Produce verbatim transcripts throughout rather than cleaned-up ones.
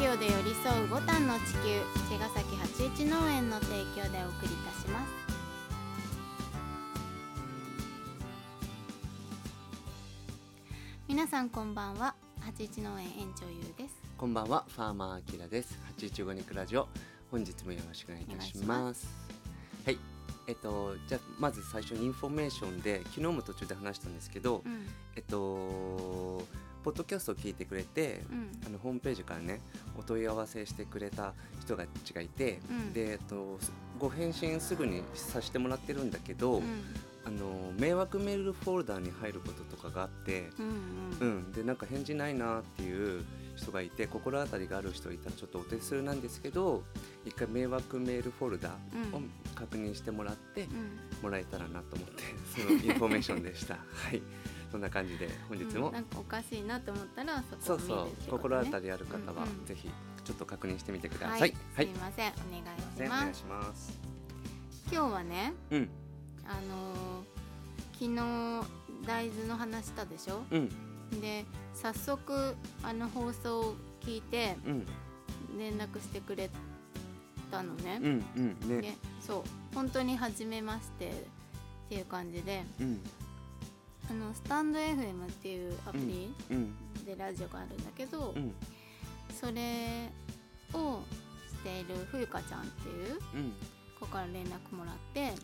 オで寄り添うボタンの地球、茅ヶ崎八一農園の提供でお送りいたします。皆さんこんばんは。八一農園園長ゆうです。 こんばんは、ファーマーアキラです。はちいちごニクラジオ、本日もよろしくお願いいたします。はい、えっとじゃあまず最初にインフォメーションで、昨日も途中で話したんですけど、うん、えっとポッドキャストを聞いてくれて、うん、あのホームページからねお問い合わせしてくれた人たちがいて、うん、で、えっと、ご返信すぐにさせてもらってるんだけど、うん、あの迷惑メールフォルダーに入ることとかがあって、うんうんうん、でなんか返事ないなっていう人がいて、心当たりがある人いたらちょっとお手数なんですけど、一回迷惑メールフォルダーを確認してもらって、うん、もらえたらなと思ってそのインフォメーションでしたはい、そんな感じで本日も、 うん、なんかおかしいなと思ったらそこを見るってことね。そうそう、心当たりある方はぜひちょっと確認してみてください。はい、 はい、すいません、お願いします。 お願いします。 今日はね、うん、あのー、昨日大豆の話したでしょ、うん、で早速あの放送を聞いて連絡してくれたのね、うんうんね、でそう本当に初めましてっていう感じで、うん、あのスタンド エフエム っていうアプリでラジオがあるんだけど、うん、それをしているふゆかちゃんっていう、うん、子から連絡もらって、はい、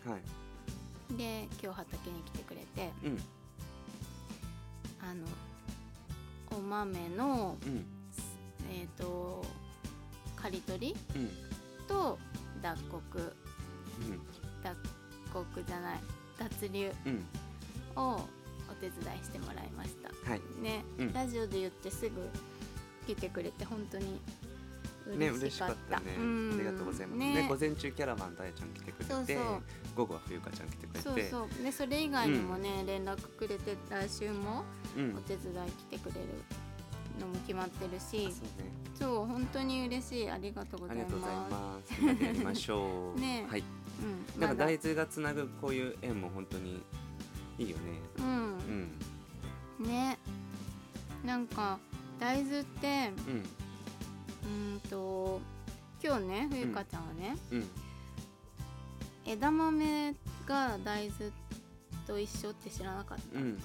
で今日畑に来てくれて、うん、あのお豆の、うん、えっと刈り取り、うん、と脱穀、うん、脱穀じゃない脱粒をお手伝いしてもらいました、はいねうん、ラジオで言ってすぐ来てくれて本当に嬉しかった、 ね、嬉しかったね、うん、ありがとうございます、ねね、午前中キャラバンとあやちゃん来てくれて、そうそう午後は冬香ちゃん来てくれて、 そうそうでそれ以外にもね、うん、連絡くれて来週もお手伝い来てくれるのも決まってるし、うん、そうね、そう本当に嬉しい、ありがとうございます。 ありがとうございます。みんなでやりましょうね、はい、うん、なんか大豆がつなぐこういう縁も本当にいいよね。うん、 うん、ね、なんか大豆って、うん、うんと今日ね、ふゆかちゃんはね、うんうん、枝豆が大豆と一緒って知らなかった、うんうんうん、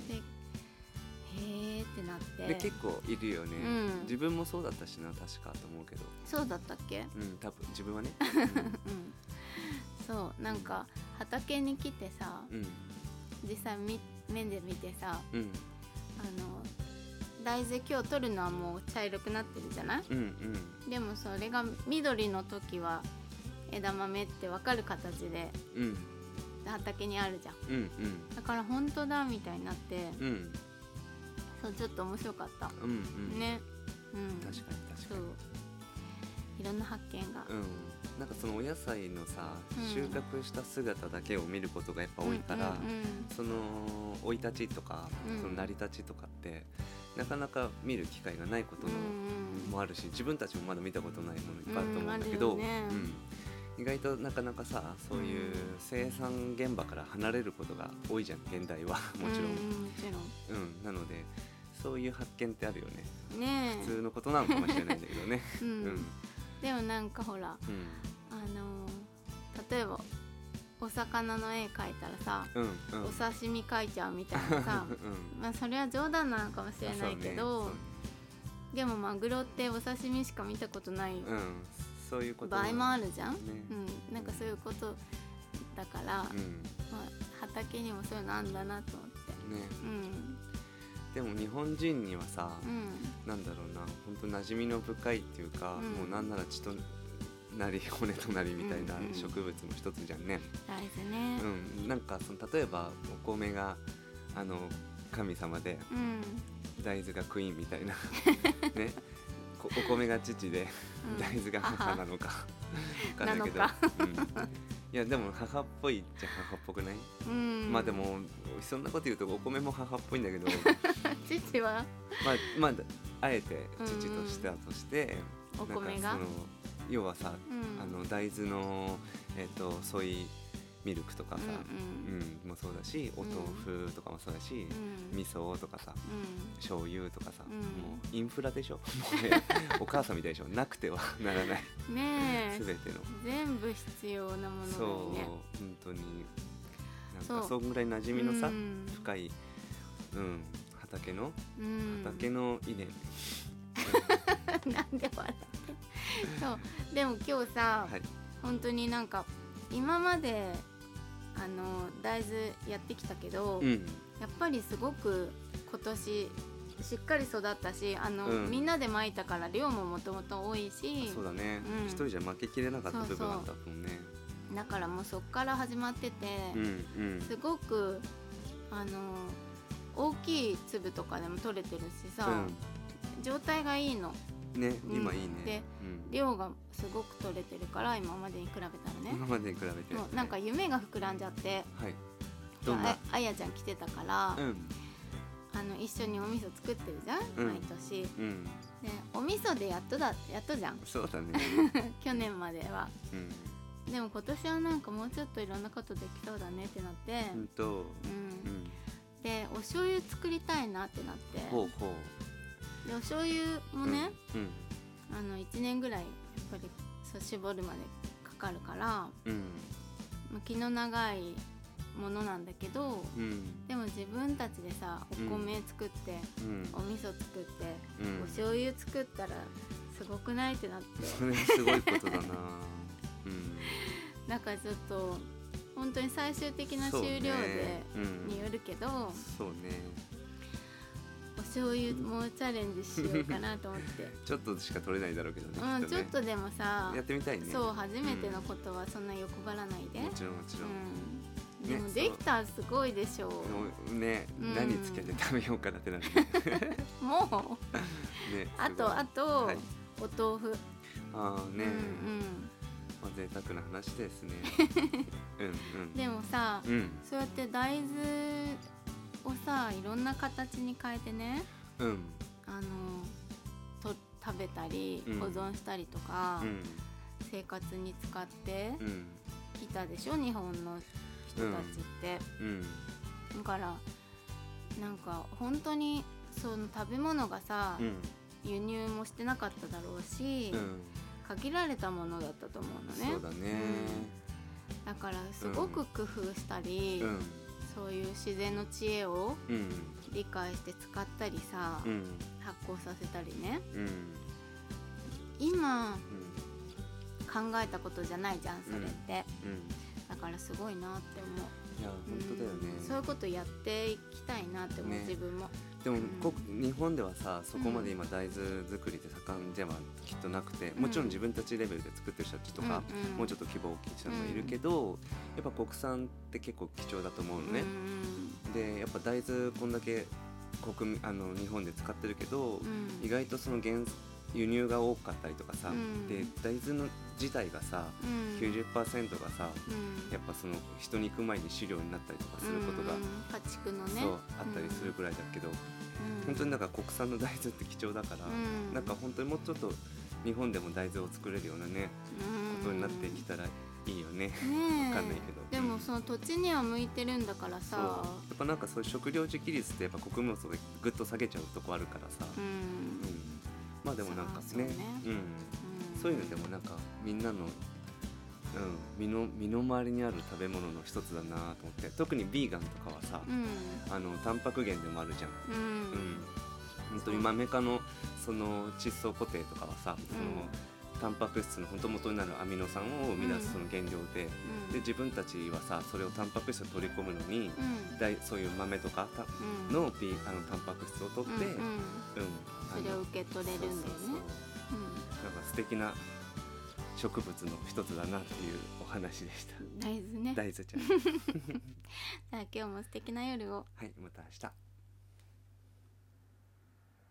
でへーってなって、 で結構いるよね、うん、自分もそうだったしな、確かと思うけど。 そうだったっけ？ うん、多分自分はね、 うん、そうなんか畑に来てさ、うん、実際目で見てさ、うん、あの大豆今日取るのはもう茶色くなってるじゃない、うんうん、でもそれが緑の時は枝豆って分かる形で、うん、畑にあるじゃん、うんうん、だから本当だみたいになって、うん、そうちょっと面白かった、うんうん、ね、うん、 確かに確かに、そういろんな発見が、うん、 なんかそのお野菜のさ、うん、収穫した姿だけを見ることがやっぱ多いから、うんうんうん、その生い立ちとか、うん、その成り立ちとかってなかなか見る機会がないことのもあるし、自分たちもまだ見たことないものいっぱいあると思うんだけど、うんね、うん、意外となかなかさ、そういう生産現場から離れることが多いじゃん、現代はもちろん、うん、もちろん、うん、なのでそういう発見ってあるよね。ね、普通のことなのかもしれないんだけどね、うんうん、 でもなんかほら、うん、あの例えばお魚の絵描いたらさ、うんうん、お刺身描いちゃうみたいなさ、うん、まあそれは冗談なのかもしれないけど、ねね、でもマグロってお刺身しか見たことない、うん、そういうこと場合もあるじゃん、ね、うん、なんかそういうことだから、うん、まあ、畑にもそういうのあんだなと思って、ね、うん、 でも日本人にはさ、うん、なんだろうな、本当馴染みの深いっていうか、うん、もうなんなら血となり骨となりみたいな植物の一つじゃんね、 大豆ね、 うん、なんかその例えばお米があの神様で、うん、大豆がクイーンみたいなね、お米が父で、うん、大豆が母なのか分かんないけど、うん、いやでも母っぽいっちゃ母っぽくない、うん、まあでもそんなこと言うとお米も母っぽいんだけど父はまあ、まあ、あえて父としたとして、 うん、お米が要はさ、うん、あの大豆の、えーと、ソイミルクとかさ、うんうんうん、もそうだし、お豆腐とかもそうだし、うん、味噌とかさ、うん、醤油とかさ、うん、もうインフラでしょもう、ね、お母さんみたいでしょなくてはならないねえ全ての全部必要なものだよね。 そう本当になんかそんぐらい馴染みのさ、うん、深い、うん、畑の、うん、畑の稲なんで笑ってそうでも今日さ、はい、本当になんか今まであの大豆やってきたけど、うん、やっぱりすごく今年しっかり育ったしあの、うん、みんなでまいたから量ももともと多いしそうだね、うん、一人じゃ負けきれなかった部分あったもんね。 そうそうだからもうそっから始まってて、うんうん、すごくあの大きい粒とかでも取れてるしさ、うん、状態がいいのね、今いいね、 うん、で、うん、量がすごく取れてるから今までに比べたらね今までに比べてもうなんか夢が膨らんじゃって、 はい、 どんな あ, あやちゃん来てたから、うん、あの一緒にお味噌作ってるじゃん、うん、毎年、うん、でお味噌でやっとだやっとじゃんそうだね去年までは、うん、でも今年はなんかもうちょっといろんなことできそうだねってなって、 うんとうんうん、 でお醤油作りたいなってなってほうほうでお醤油もね、うんうん、あのいちねんぐらいやっぱりそう絞るまでかかるから、うん、気の長いものなんだけど、うん、でも自分たちでさお米作って、うん、お味噌作って、うん、お醤油作ったらすごくないってなってそれすごいことだな、 うん、だからちょっと本当に最終的な終了で、ねうん、によるけどそうねお醤油もチャレンジしようかなと思ってちょっとしか取れないだろうけどね、 うん、 きっとねちょっとでもさやってみたいね。 そう初めてのことはそんな欲張らないで、 もちろんもちろん、 うん、でもできたらすごいでしょうね、うん、何つけて食べようかなってなってもう、ね、あとあと、はい、お豆腐ああね、うんうんまあ、贅沢な話ですねうん、うん、 でもさ、うん、そうやって大豆をさいろんな形に変えてね、うん、あのと食べたり、うん、保存したりとか、うん、生活に使ってきたでしょ、うん、日本の人たちって、うん、だからなんか本当にその食べ物がさ、うん、輸入もしてなかっただろうし、うん、限られたものだったと思うのね。 そうだね、 うん、だからすごく工夫したり、うん、そういう自然の知恵を理解して使ったりさ、うん、発酵させたりね、うん、今、うん、考えたことじゃないじゃんそれって、うんうん、だからすごいなって思う。 いや本当だよね、 うん、そういうことやっていきたいなって思う、ね、自分も。 でも、うん、日本ではさそこまで今大豆作りって盛んではきっとなくて、うん、もちろん自分たちレベルで作ってる人たちとか、うんうん、もうちょっと規模大きい人もいるけど、うん、やっぱ国産って結構貴重だと思うのね、うん、でやっぱ大豆こんだけ国あの日本で使ってるけど、うん、意外とその原輸入が多かったりとかさ、うん、で大豆の自体がさ、うん、きゅうじゅっパーセント がさ、うん、やっぱその人に行く前に飼料になったりとかすることが、うん、 家畜のねそうあったりするぐらいだけど、うん、本当になんか国産の大豆って貴重だから、うん、なんか本当にもうちょっと日本でも大豆を作れるようなね、うん、ことになってきたらいいよね。ねわかんないけどでもその土地には向いてるんだからさ、 やっぱなんかそういう食料自給率ってやっぱ穀物をぐっと下げちゃうとこあるからさ、うんうん、まあでもなんか ね, そう, ね、うんうん、そういうのでもなんかみんなの、うん、身の身の回りにある食べ物の一つだなと思って、特にビーガンとかはさ、うん、あのタンパク源でもあるじゃん、うんうん、本当にマメ科のその窒素固定とかはさ、そのタンパク質の本当元になるアミノ酸を生み出すその原料で、うん、で自分たちはさそれをタンパク質を取り込むのに、うん、だいそういう豆とかの、ビーあのタンパク質を取って、うんうんうん、 それを受け取れるんだよね。そうそうそう、うん、なんか素敵な植物の一つだなっていうお話でした。 大豆ね。 大豆ちゃん。 じゃあ今日も素敵な夜を。 はい、また明日。